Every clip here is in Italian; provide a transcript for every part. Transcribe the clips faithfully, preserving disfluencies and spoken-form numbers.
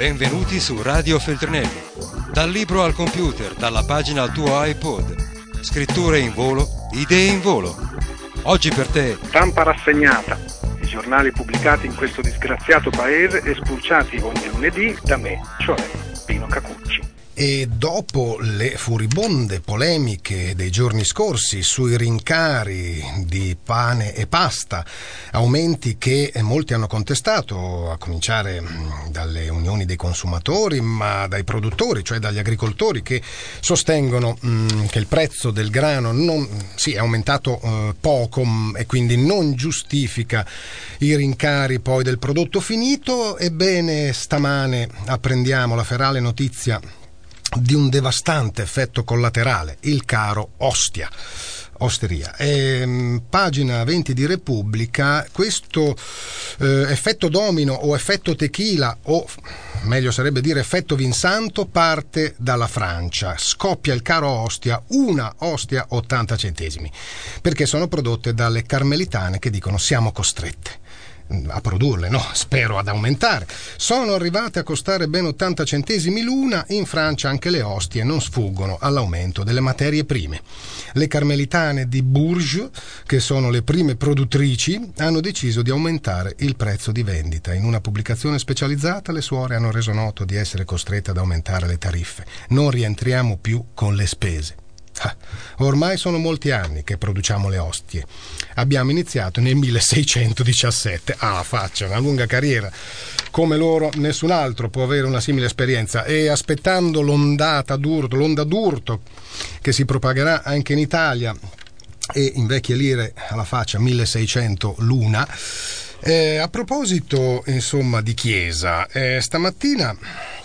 Benvenuti su Radio Feltrinelli. Dal libro al computer, dalla pagina al tuo iPod. Scritture in volo, idee in volo. Oggi per te Stampa rassegnata. I giornali pubblicati in questo disgraziato paese e spulciati ogni lunedì da me, cioè Pino Cacucci. E dopo le furibonde polemiche dei giorni scorsi sui rincari di pane e pasta, aumenti che molti hanno contestato, a cominciare dalle unioni dei consumatori, ma dai produttori, cioè dagli agricoltori, che sostengono mh, che il prezzo del grano non, sì, è aumentato eh, poco mh, e quindi non giustifica i rincari poi del prodotto finito. Ebbene, stamane apprendiamo la ferale notizia di un devastante effetto collaterale, il caro Ostia. Osteria. E, pagina venti di Repubblica, questo eh, effetto domino o effetto tequila, o meglio sarebbe dire effetto Vinsanto, parte dalla Francia. Scoppia il caro Ostia, una Ostia ottanta centesimi, perché sono prodotte dalle carmelitane che dicono siamo costrette a produrle, no, spero ad aumentare. Sono arrivate a costare ben ottanta centesimi l'una. In Francia anche le ostie non sfuggono all'aumento delle materie prime. Le carmelitane di Bourges, che sono le prime produttrici, hanno deciso di aumentare il prezzo di vendita. In una pubblicazione specializzata le suore hanno reso noto di essere costrette ad aumentare le tariffe. Non rientriamo più con le spese. Ah, ormai sono molti anni che produciamo le ostie. Abbiamo iniziato nel milleseicentodiciassette. Ah, faccia, una lunga carriera. Come loro nessun altro può avere una simile esperienza, e aspettando l'ondata d'urto, l'onda d'urto che si propagherà anche in Italia, e in vecchie lire alla faccia milleseicento l'una. Eh, a proposito, insomma, di chiesa, eh, stamattina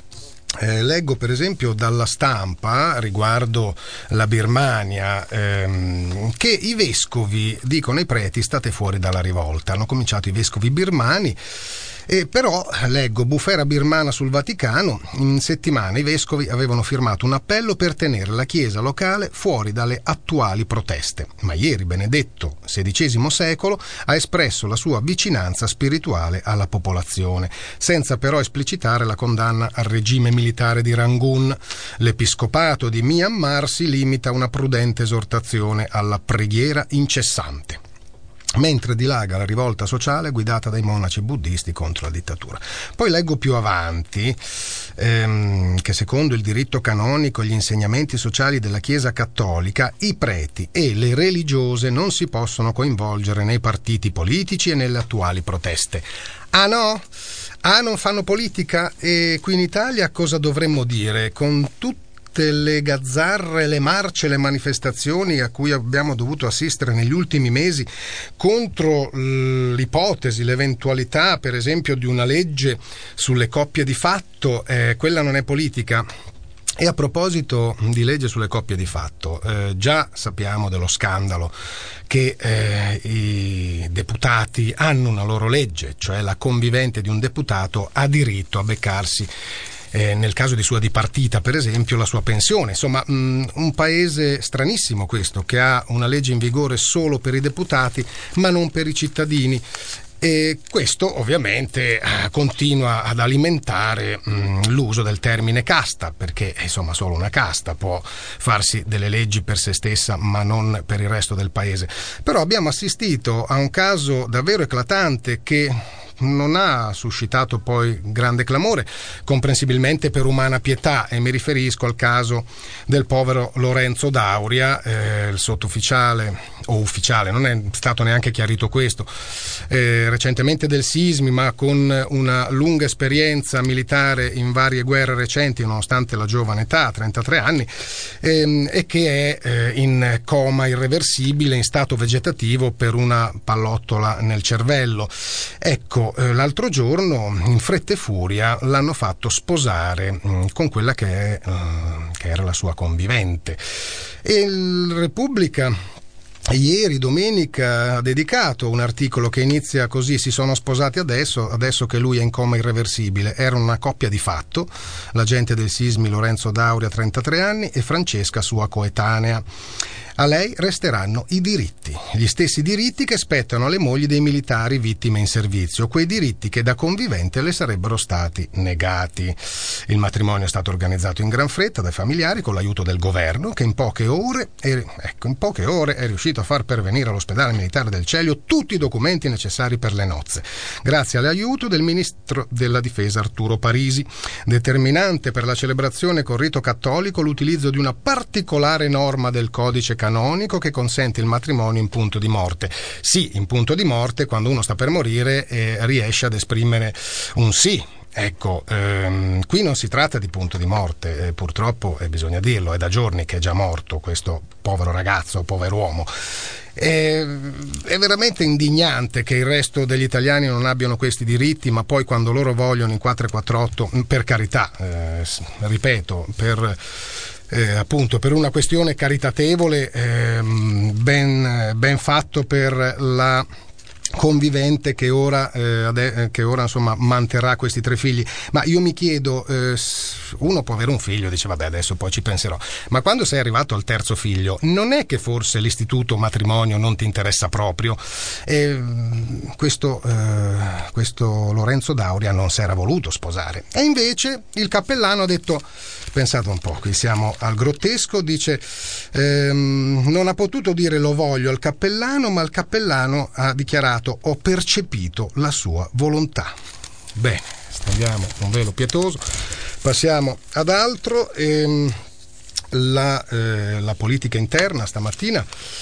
Eh, leggo per esempio dalla Stampa riguardo la Birmania ehm, che i vescovi dicono ai preti state fuori dalla rivolta. Hanno cominciato i vescovi birmani. E però leggo bufera birmana sul Vaticano. In settimana i vescovi avevano firmato un appello per tenere la chiesa locale fuori dalle attuali proteste, ma ieri Benedetto sedicesimo secolo ha espresso la sua vicinanza spirituale alla popolazione, senza però esplicitare la condanna al regime militare di Rangoon. L'episcopato di Myanmar si limita a una prudente esortazione alla preghiera incessante, mentre dilaga la rivolta sociale guidata dai monaci buddisti contro la dittatura. Poi leggo più avanti ehm, che secondo il diritto canonico e gli insegnamenti sociali della Chiesa cattolica, i preti e le religiose non si possono coinvolgere nei partiti politici e nelle attuali proteste. Ah no? Ah, non fanno politica? E qui in Italia cosa dovremmo dire? Con tutti le gazzarre, le marce, le manifestazioni a cui abbiamo dovuto assistere negli ultimi mesi contro l'ipotesi, l'eventualità per esempio di una legge sulle coppie di fatto, eh, quella non è politica. E a proposito di legge sulle coppie di fatto, eh, già sappiamo dello scandalo che eh, i deputati hanno una loro legge, cioè la convivente di un deputato ha diritto a beccarsi, Eh, nel caso di sua dipartita per esempio, la sua pensione. Insomma, mh, un paese stranissimo questo, che ha una legge in vigore solo per i deputati ma non per i cittadini. E questo ovviamente eh, continua ad alimentare mh, l'uso del termine casta, perché insomma solo una casta può farsi delle leggi per se stessa ma non per il resto del paese. Però abbiamo assistito a un caso davvero eclatante che non ha suscitato poi grande clamore, comprensibilmente per umana pietà, e mi riferisco al caso del povero Lorenzo D'Auria, eh, il sottufficiale o ufficiale, non è stato neanche chiarito questo, eh, recentemente del SISMI, ma con una lunga esperienza militare in varie guerre recenti nonostante la giovane età, trentatré anni, ehm, e che è eh, in coma irreversibile, in stato vegetativo per una pallottola nel cervello. Ecco, l'altro giorno in fretta e furia l'hanno fatto sposare mh, con quella che, è, uh, che era la sua convivente, e il Repubblica ieri domenica ha dedicato un articolo che inizia così: si sono sposati adesso adesso che lui è in coma irreversibile. Erano una coppia di fatto, l'agente del SISMI Lorenzo D'Auria, trentatré anni, e Francesca, sua coetanea. A lei resteranno i diritti, gli stessi diritti che spettano alle mogli dei militari vittime in servizio, quei diritti che da convivente le sarebbero stati negati. Il matrimonio è stato organizzato in gran fretta dai familiari con l'aiuto del governo, che in poche ore è, ecco, in poche ore è riuscito a far pervenire all'ospedale militare del Celio tutti i documenti necessari per le nozze, grazie all'aiuto del ministro della difesa Arturo Parisi. Determinante per la celebrazione con rito cattolico l'utilizzo di una particolare norma del codice canonico che consente il matrimonio in punto di morte. Sì, in punto di morte, quando uno sta per morire eh, riesce ad esprimere un sì. Ecco, ehm, qui non si tratta di punto di morte, eh, purtroppo eh, bisogna dirlo, è da giorni che è già morto questo povero ragazzo, pover'uomo. È, è veramente indignante che il resto degli italiani non abbiano questi diritti, ma poi quando loro vogliono in quattrocentoquarantotto, per carità, eh, ripeto, per... Eh, appunto per una questione caritatevole, eh, ben, ben fatto per la convivente che ora, eh, ade- che ora insomma manterrà questi tre figli. Ma io mi chiedo, eh, uno può avere un figlio, dice vabbè adesso poi ci penserò, ma quando sei arrivato al terzo figlio non è che forse l'istituto matrimonio non ti interessa proprio? Eh, questo, eh, questo Lorenzo Dauria non si era voluto sposare e invece il cappellano ha detto, pensate un po', qui siamo al grottesco, dice ehm, non ha potuto dire lo voglio al cappellano, ma il cappellano ha dichiarato ho percepito la sua volontà. Bene, stendiamo un velo pietoso, passiamo ad altro. Ehm, la, eh, la politica interna stamattina,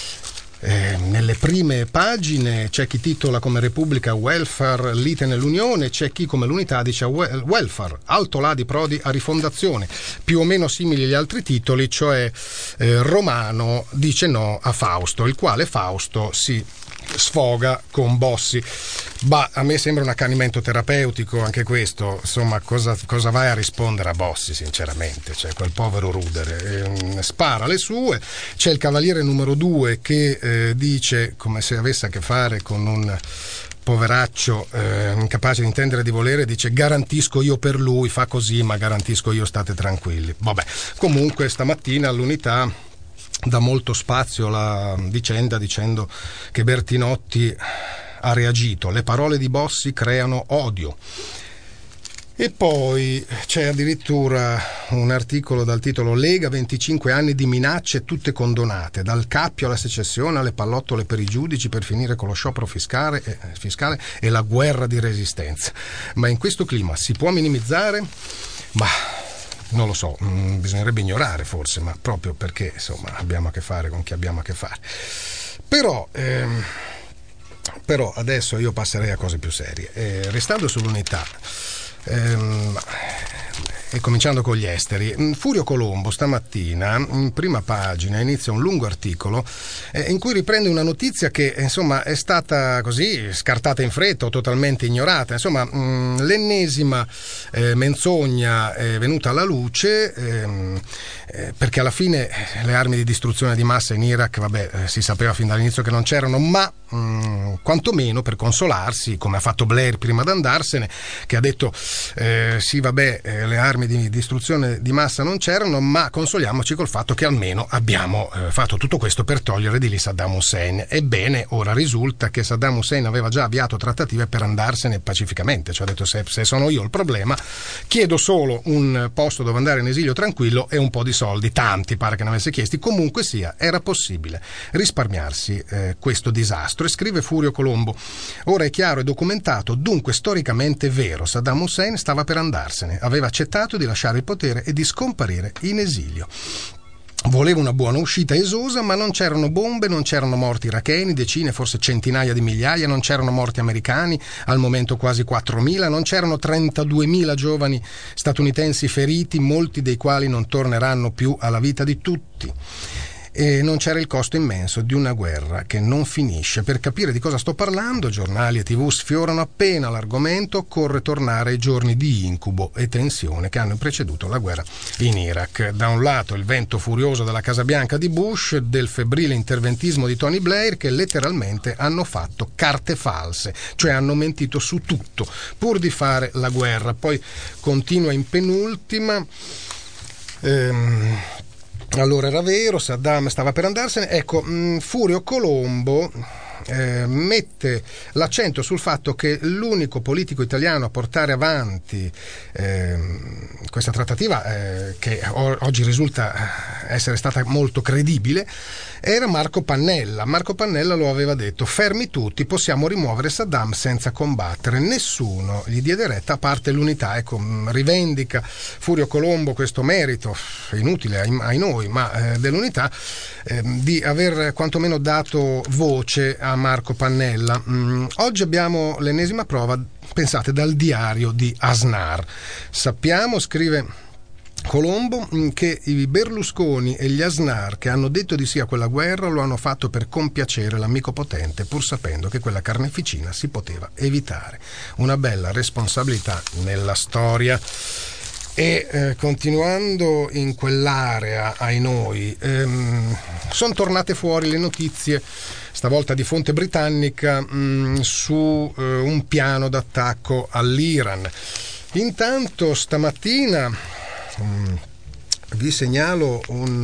eh, nelle prime pagine c'è chi titola come Repubblica welfare lite nell'Unione, c'è chi come l'Unità dice welfare, alto là di Prodi a rifondazione, più o meno simili agli altri titoli, cioè eh, Romano dice no a Fausto, il quale Fausto si sfoga con Bossi. Bah, a me sembra un accanimento terapeutico anche questo, insomma cosa, cosa vai a rispondere a Bossi sinceramente, cioè quel povero Rudere eh, spara le sue. C'è il cavaliere numero due che eh, dice, come se avesse a che fare con un poveraccio eh, incapace di intendere di volere, dice garantisco io per lui, fa così ma garantisco io, state tranquilli. Vabbè, comunque stamattina all'Unità dà molto spazio alla vicenda dicendo che Bertinotti ha reagito, le parole di Bossi creano odio. E poi c'è addirittura un articolo dal titolo Lega, venticinque anni di minacce tutte condonate, dal cappio alla secessione alle pallottole per i giudici per finire con lo sciopero fiscale, eh, fiscale e la guerra di resistenza. Ma in questo clima si può minimizzare? Ma non lo so, mh, bisognerebbe ignorare forse, ma proprio perché insomma abbiamo a che fare con chi abbiamo a che fare. Però ehm, però adesso io passerei a cose più serie. Eh, restando sull'Unità ehm, e cominciando con gli esteri, Furio Colombo stamattina in prima pagina inizia un lungo articolo eh, in cui riprende una notizia che insomma è stata così scartata in fretta o totalmente ignorata, insomma mh, l'ennesima eh, menzogna è venuta alla luce ehm, eh, perché alla fine le armi di distruzione di massa in Iraq, vabbè, eh, si sapeva fin dall'inizio che non c'erano, ma mh, quantomeno per consolarsi, come ha fatto Blair prima di andarsene, che ha detto eh, sì vabbè eh, le armi di distruzione di massa non c'erano, ma consoliamoci col fatto che almeno abbiamo eh, fatto tutto questo per togliere di lì Saddam Hussein. Ebbene, ora risulta che Saddam Hussein aveva già avviato trattative per andarsene pacificamente, cioè ha detto se, se sono io il problema chiedo solo un posto dove andare in esilio tranquillo e un po' di soldi, tanti pare che ne avesse chiesti, comunque sia era possibile risparmiarsi eh, questo disastro. E scrive Furio Colombo, ora è chiaro e documentato, dunque storicamente vero, Saddam Hussein stava per andarsene, aveva accettato di lasciare il potere e di scomparire in esilio. Voleva una buona uscita esosa, ma non c'erano bombe, non c'erano morti iracheni, decine, forse centinaia di migliaia, non c'erano morti americani, al momento quasi quattromila, non c'erano trentaduemila giovani statunitensi feriti, molti dei quali non torneranno più alla vita di tutti. E non c'era il costo immenso di una guerra che non finisce. Per capire di cosa sto parlando, giornali e tv sfiorano appena l'argomento, occorre tornare ai giorni di incubo e tensione che hanno preceduto la guerra in Iraq. Da un lato il vento furioso della Casa Bianca di Bush, del febbrile interventismo di Tony Blair, che letteralmente hanno fatto carte false, cioè hanno mentito su tutto pur di fare la guerra. Poi continua in penultima ehm, allora era vero, Saddam stava per andarsene. Ecco, mh, Furio Colombo Eh, mette l'accento sul fatto che l'unico politico italiano a portare avanti eh, questa trattativa, eh, che o- oggi risulta essere stata molto credibile, era Marco Pannella. Marco Pannella lo aveva detto: fermi tutti, possiamo rimuovere Saddam senza combattere. Nessuno gli diede retta, a parte l'unità. Ecco, rivendica Furio Colombo questo merito, inutile ai, ai noi, ma eh, dell'unità, eh, di aver quantomeno dato voce a Marco Pannella. Mm, oggi abbiamo l'ennesima prova, pensate, dal diario di Aznar. Sappiamo, scrive Colombo, che i Berlusconi e gli Aznar, che hanno detto di sì a quella guerra, lo hanno fatto per compiacere l'amico potente, pur sapendo che quella carneficina si poteva evitare. Una bella responsabilità nella storia. E eh, continuando in quell'area, ai noi, ehm, sono tornate fuori le notizie, stavolta di fonte britannica, mh, su eh, un piano d'attacco all'Iran. Intanto stamattina mh, vi segnalo un,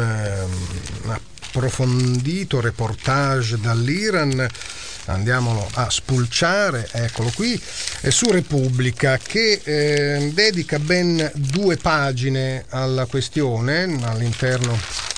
um, un approfondito reportage dall'Iran. Andiamolo a spulciare, eccolo qui, è su Repubblica, che eh, dedica ben due pagine alla questione. All'interno,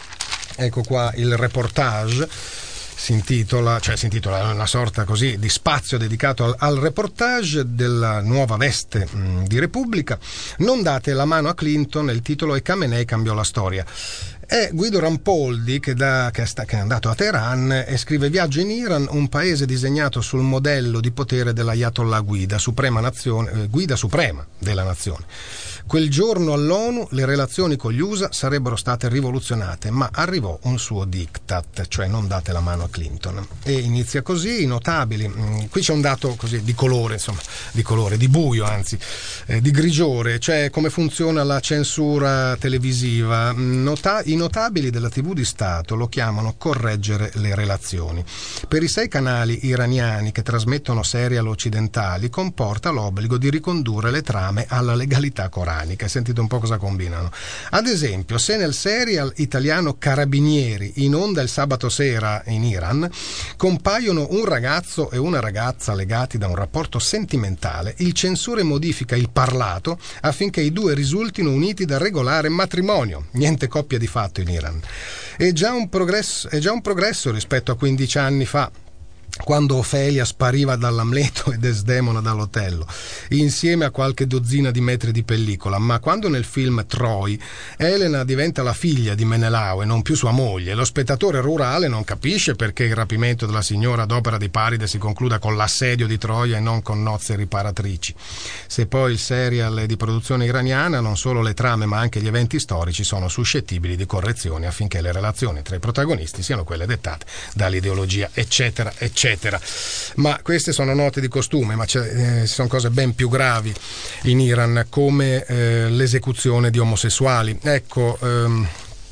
ecco qua il reportage, si intitola, cioè si intitola una sorta così di spazio dedicato al, al reportage della nuova veste mh, di Repubblica. Non date la mano a Clinton, il titolo è Khamenei cambiò la storia. È Guido Rampoldi che, da, che, sta, che è andato a Teheran e scrive: viaggio in Iran, un paese disegnato sul modello di potere dell'Ayatollah Guida, suprema nazione, eh, guida suprema della nazione. Quel giorno all'ONU le relazioni con gli U S A sarebbero state rivoluzionate, ma arrivò un suo diktat, cioè non date la mano a Clinton. E inizia così, i notabili. Qui c'è un dato così di colore, insomma, di colore, di buio anzi, eh, di grigiore, cioè come funziona la censura televisiva. Nota- I notabili della tivù di Stato lo chiamano correggere le relazioni. Per i sei canali iraniani che trasmettono serial occidentali comporta l'obbligo di ricondurre le trame alla legalità coranica. Hai sentito un po' cosa combinano? Ad esempio, se nel serial italiano Carabinieri, in onda il sabato sera in Iran, compaiono un ragazzo e una ragazza legati da un rapporto sentimentale, il censore modifica il parlato affinché i due risultino uniti da regolare matrimonio. Niente coppia di fatto in Iran. È già un progresso, è già un progresso rispetto a quindici anni fa, quando Ofelia spariva dall'Amleto e Desdemona dall'Otello, insieme a qualche dozzina di metri di pellicola. Ma quando nel film Troy Elena diventa la figlia di Menelao e non più sua moglie, lo spettatore rurale non capisce perché il rapimento della signora ad opera di Paride si concluda con l'assedio di Troia e non con nozze riparatrici. Se poi il serial è di produzione iraniana, non solo le trame ma anche gli eventi storici sono suscettibili di correzioni affinché le relazioni tra i protagonisti siano quelle dettate dall'ideologia, eccetera, eccetera. Eccetera. Ma queste sono note di costume, ma c'è, eh, sono cose ben più gravi in Iran, come eh, l'esecuzione di omosessuali. Ecco, ehm,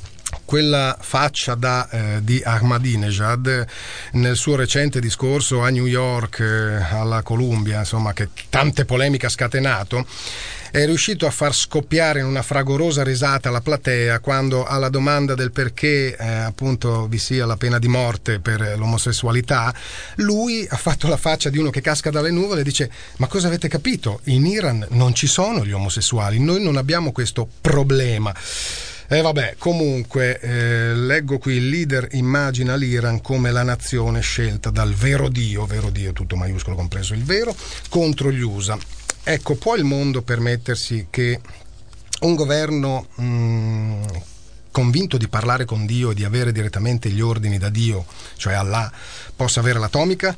quella faccia da, eh, di Ahmadinejad nel suo recente discorso a New York, eh, alla Columbia, insomma, che tante polemiche ha scatenato, è riuscito a far scoppiare in una fragorosa risata la platea quando, alla domanda del perché eh, appunto vi sia la pena di morte per l'omosessualità, lui ha fatto la faccia di uno che casca dalle nuvole e dice: ma cosa avete capito? In Iran non ci sono gli omosessuali, noi non abbiamo questo problema. E eh vabbè, comunque eh, leggo qui: il leader immagina l'Iran come la nazione scelta dal vero Dio, vero Dio tutto maiuscolo compreso il vero, contro gli U S A. Ecco, può il mondo permettersi che un governo mh, convinto di parlare con Dio e di avere direttamente gli ordini da Dio, cioè Allah, possa avere l'atomica?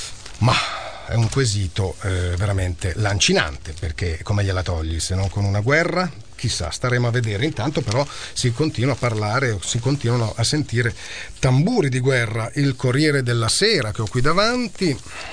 Ma è un quesito eh, veramente lancinante, perché come gliela togli se non con una guerra? Chissà, staremo a vedere. Intanto però si continua a parlare, si continuano a sentire tamburi di guerra. Il Corriere della Sera, che ho qui davanti,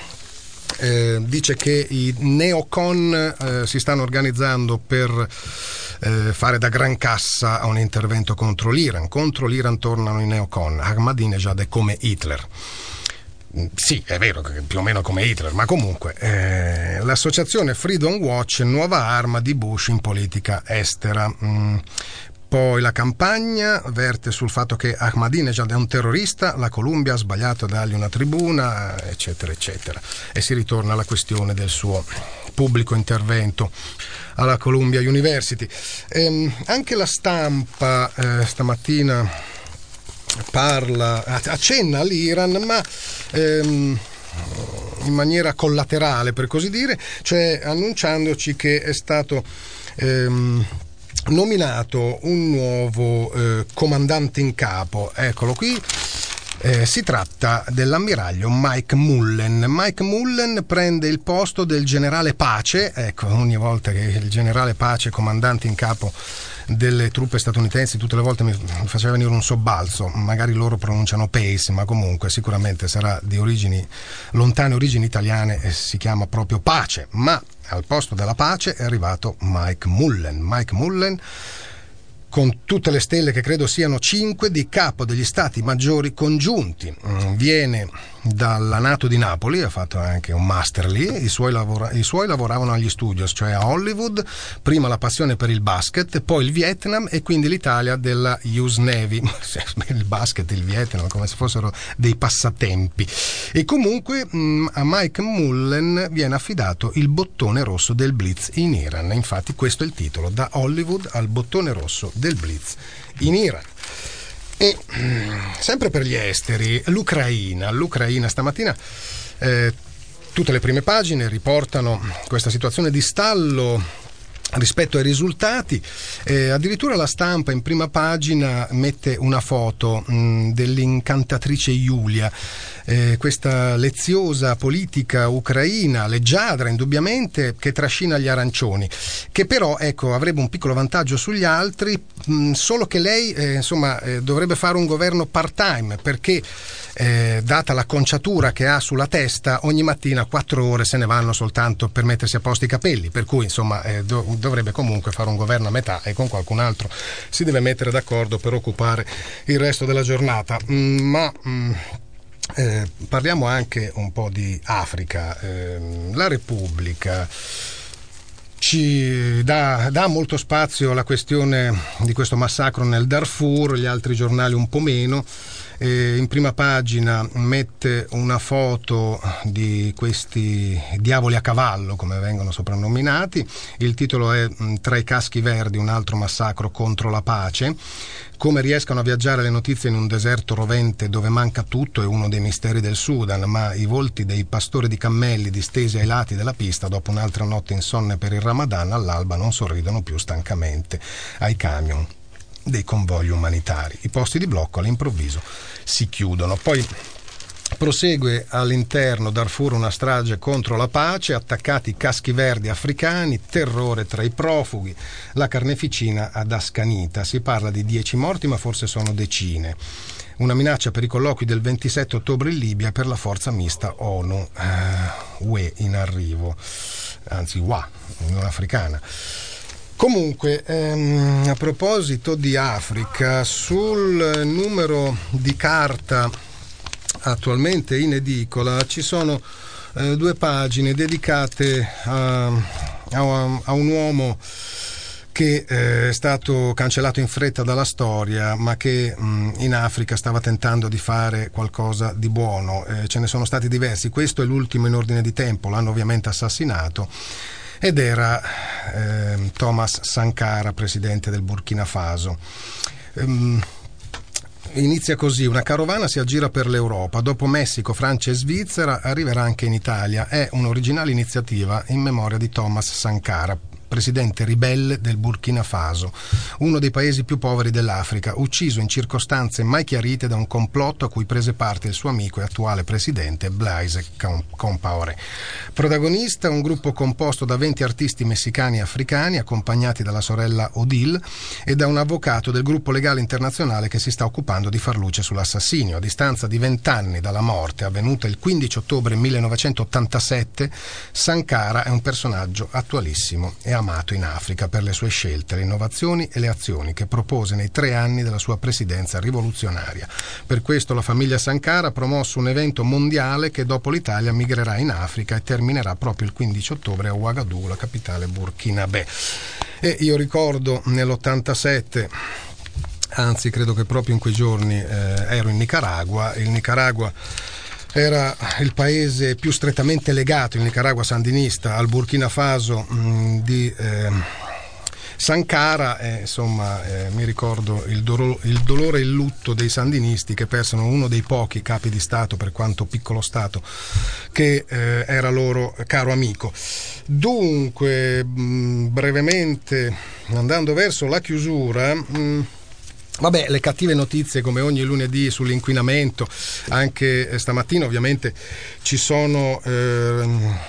Eh, dice che i neocon eh, si stanno organizzando per eh, fare da gran cassa a un intervento contro l'Iran. Contro l'Iran tornano i neocon. Ahmadinejad è come Hitler. Sì, è vero che più o meno come Hitler, ma comunque eh, l'associazione Freedom Watch, nuova arma di Bush in politica estera. Mm. Poi la campagna verte sul fatto che Ahmadinejad è un terrorista, la Columbia ha sbagliato a dargli una tribuna, eccetera, eccetera. E si ritorna alla questione del suo pubblico intervento alla Columbia University. Ehm, anche la stampa eh, stamattina parla, accenna all'Iran, ma ehm, in maniera collaterale, per così dire, cioè annunciandoci che è stato ehm, nominato un nuovo eh, comandante in capo. Eccolo qui. Eh, si tratta dell'ammiraglio Mike Mullen. Mike Mullen prende il posto del generale Pace. Ecco, ogni volta che il generale Pace, comandante in capo delle truppe statunitensi, tutte le volte mi faceva venire un sobbalzo. Magari loro pronunciano Pace, ma comunque sicuramente sarà di origini lontane, origini italiane, e si chiama proprio Pace. Ma al posto della Pace è arrivato Mike Mullen. Mike Mullen, con tutte le stelle che credo siano cinque, di capo degli stati maggiori congiunti. Viene dalla NATO di Napoli, ha fatto anche un master lì, i suoi, lavora- i suoi lavoravano agli studios, cioè a Hollywood, prima la passione per il basket, poi il Vietnam e quindi l'Italia della U S Navy. Il basket, il Vietnam, come se fossero dei passatempi. E comunque mh, a Mike Mullen viene affidato il bottone rosso del Blitz in Iran. Infatti questo è il titolo, da Hollywood al bottone rosso del Blitz in Iran. E sempre per gli esteri, l'Ucraina, l'Ucraina stamattina eh, tutte le prime pagine riportano questa situazione di stallo rispetto ai risultati. Eh, addirittura la Stampa in prima pagina mette una foto mh, dell'incantatrice Yulia, eh, questa leziosa politica ucraina, leggiadra indubbiamente, che trascina gli arancioni, che però ecco avrebbe un piccolo vantaggio sugli altri, mh, solo che lei eh, insomma eh, dovrebbe fare un governo part-time, perché Eh, data l'acconciatura che ha sulla testa, ogni mattina quattro ore se ne vanno soltanto per mettersi a posto i capelli, per cui insomma eh, do, dovrebbe comunque fare un governo a metà e con qualcun altro si deve mettere d'accordo per occupare il resto della giornata. Mm, ma mm, eh, parliamo anche un po' di Africa. Eh, la Repubblica ci dà, dà molto spazio alla questione di questo massacro nel Darfur, gli altri giornali un po' meno. Eh, in prima pagina mette una foto di questi diavoli a cavallo, come vengono soprannominati. Il titolo è "Tra i caschi verdi, un altro massacro contro la pace". Come riescano a viaggiare le notizie in un deserto rovente dove manca tutto è uno dei misteri del Sudan, ma i volti dei pastori di cammelli distesi ai lati della pista dopo un'altra notte insonne per il Ramadan all'alba non sorridono più stancamente ai camion dei convogli umanitari. I posti di blocco all'improvviso si chiudono. Poi prosegue all'interno: Darfur, una strage contro la pace, attaccati i caschi verdi africani, terrore tra i profughi, la carneficina ad Ascanita. Si parla di dieci morti, ma forse sono decine. Una minaccia per i colloqui del ventisette ottobre in Libia per la forza mista ONU uh, U E in arrivo, anzi U A, Unione Africana. Comunque, ehm, a proposito di Africa, sul numero di carta attualmente in edicola ci sono eh, due pagine dedicate a, a, a un uomo che eh, è stato cancellato in fretta dalla storia, ma che mh, in Africa stava tentando di fare qualcosa di buono. Eh, ce ne sono stati diversi, questo è l'ultimo in ordine di tempo, l'hanno ovviamente assassinato. Ed era eh, Thomas Sankara, presidente del Burkina Faso. Um, inizia così: una carovana si aggira per l'Europa, dopo Messico, Francia e Svizzera arriverà anche in Italia. È un'originale iniziativa in memoria di Thomas Sankara, presidente ribelle del Burkina Faso, uno dei paesi più poveri dell'Africa, ucciso in circostanze mai chiarite da un complotto a cui prese parte il suo amico e attuale presidente Blaise Compaoré. Protagonista un gruppo composto da venti artisti messicani e africani, accompagnati dalla sorella Odile e da un avvocato del gruppo legale internazionale che si sta occupando di far luce sull'assassinio. A distanza di vent'anni dalla morte, avvenuta il quindici ottobre millenovecentottantasette, Sankara è un personaggio attualissimo e ha acclamato in Africa per le sue scelte, le innovazioni e le azioni che propose nei tre anni della sua presidenza rivoluzionaria. Per questo la famiglia Sankara ha promosso un evento mondiale che dopo l'Italia migrerà in Africa e terminerà proprio il quindici ottobre a Ouagadougou, la capitale burkinabè. E io ricordo nell'ottantasette, anzi credo che proprio in quei giorni eh, ero in Nicaragua. Il Nicaragua era il paese più strettamente legato, il Nicaragua sandinista, al Burkina Faso mh, di eh, Sankara, e insomma eh, mi ricordo il, do- il dolore e il lutto dei sandinisti che persero uno dei pochi capi di Stato, per quanto piccolo Stato, che eh, era loro caro amico. Dunque, mh, brevemente, andando verso la chiusura, mh, vabbè, le cattive notizie come ogni lunedì sull'inquinamento. Anche stamattina ovviamente ci sono eh,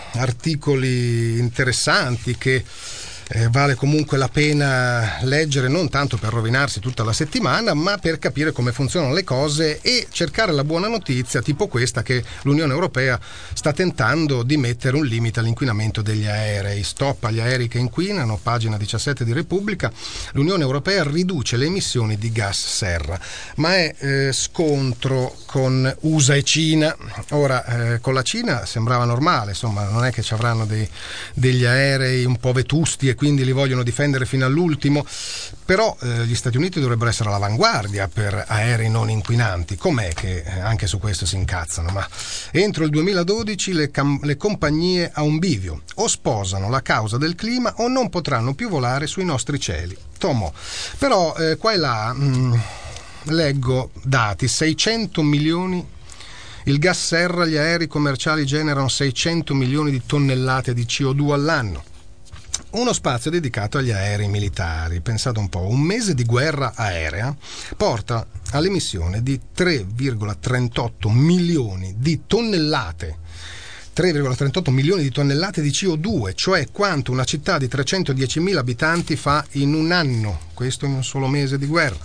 articoli interessanti che Eh, vale comunque la pena leggere, non tanto per rovinarsi tutta la settimana, ma per capire come funzionano le cose e cercare la buona notizia, tipo questa, che l'Unione Europea sta tentando di mettere un limite all'inquinamento degli aerei. Stop agli aerei che inquinano, pagina diciassette di Repubblica. L'Unione Europea riduce le emissioni di gas serra, ma è eh, scontro con U S A e Cina. Ora, eh, con la Cina sembrava normale, insomma, non è che ci avranno dei, degli aerei un po' vetusti e quindi li vogliono difendere fino all'ultimo, però eh, gli Stati Uniti dovrebbero essere all'avanguardia per aerei non inquinanti. Com'è che eh, anche su questo si incazzano? Ma entro il duemiladodici le, cam- le compagnie a un bivio: o sposano la causa del clima o non potranno più volare sui nostri cieli. Tomo. Però eh, qua e là mh, leggo dati: seicento milioni. Il gas serra, gli aerei commerciali generano seicento milioni di tonnellate di C O due all'anno. Uno spazio dedicato agli aerei militari. Pensate un po', un mese di guerra aerea porta all'emissione di tre virgola trentotto milioni di tonnellate tre virgola trentotto milioni di tonnellate di C O due, cioè quanto una città di trecentodiecimila abitanti fa in un anno, questo in un solo mese di guerra.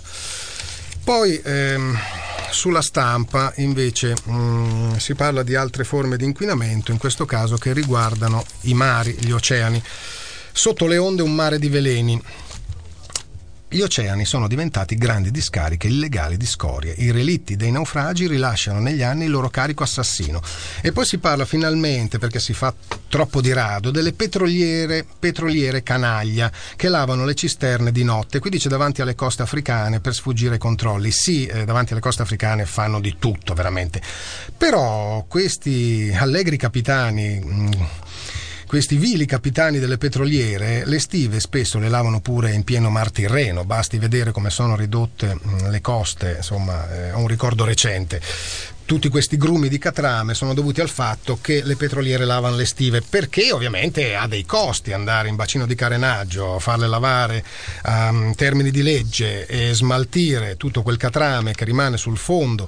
Poi ehm, sulla stampa invece mh, si parla di altre forme di inquinamento, in questo caso che riguardano i mari, gli oceani. Sotto le onde un mare di veleni. Gli oceani sono diventati grandi discariche illegali di scorie. I relitti dei naufragi rilasciano negli anni il loro carico assassino. E poi si parla finalmente, perché si fa troppo di rado, delle petroliere, petroliere canaglia che lavano le cisterne di notte. Qui dice davanti alle coste africane per sfuggire ai controlli. Sì, eh, davanti alle coste africane fanno di tutto veramente. Però questi allegri capitani... Mh, Questi vili capitani delle petroliere le stive spesso le lavano pure in pieno Mar Tirreno, basti vedere come sono ridotte le coste, insomma, eh, ho un ricordo recente. Tutti questi grumi di catrame sono dovuti al fatto che le petroliere lavano le stive, perché ovviamente ha dei costi andare in bacino di carenaggio, farle lavare a um, termini di legge e smaltire tutto quel catrame che rimane sul fondo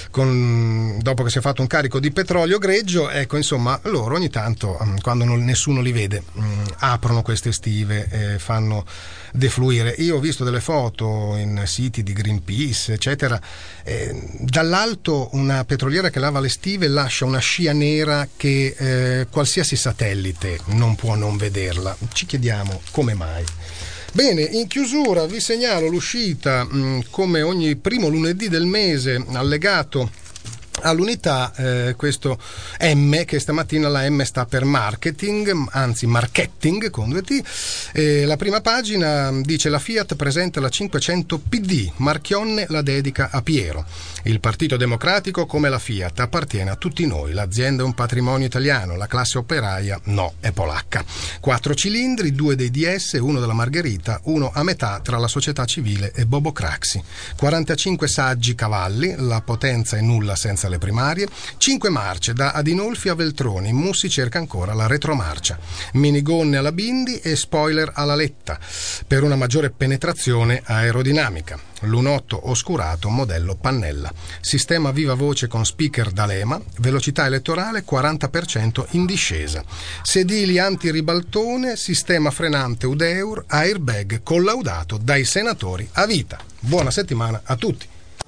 con, dopo che si è fatto un carico di petrolio greggio. Ecco, insomma, loro ogni tanto, um, quando non, nessuno li vede, um, aprono queste stive e fanno defluire. Io ho visto delle foto in siti di Greenpeace, eccetera, eh, dall'alto una petroliera che lava le stive lascia una scia nera che eh, qualsiasi satellite non può non vederla. Ci chiediamo come mai. Bene, in chiusura vi segnalo l'uscita, mh, come ogni primo lunedì del mese, allegato all'unità, eh, questo M, che stamattina la M sta per marketing, anzi marketing con due T. Eh, la prima pagina dice: la Fiat presenta la cinquecento P D, Marchionne la dedica a Piero. Il Partito Democratico, come la Fiat, appartiene a tutti noi, l'azienda è un patrimonio italiano, la classe operaia no, è polacca. Quattro cilindri, due dei D S, uno della Margherita, uno a metà tra la società civile e Bobo Craxi. quarantacinque saggi cavalli, la potenza è nulla senza le primarie. Cinque marce, da Adinolfi a Veltroni, Mussi cerca ancora la retromarcia. Minigonne alla Bindi e spoiler alla Letta, per una maggiore penetrazione aerodinamica. Lunotto oscurato modello Pannella. Sistema viva voce con speaker D'Alema, velocità elettorale quaranta per cento in discesa. Sedili anti-ribaltone, sistema frenante Udeur, airbag collaudato dai senatori a vita. Buona settimana a tutti.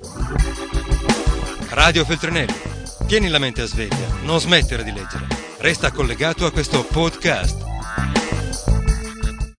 Radio Feltrinelli, tieni la mente a sveglia, non smettere di leggere. Resta collegato a questo podcast.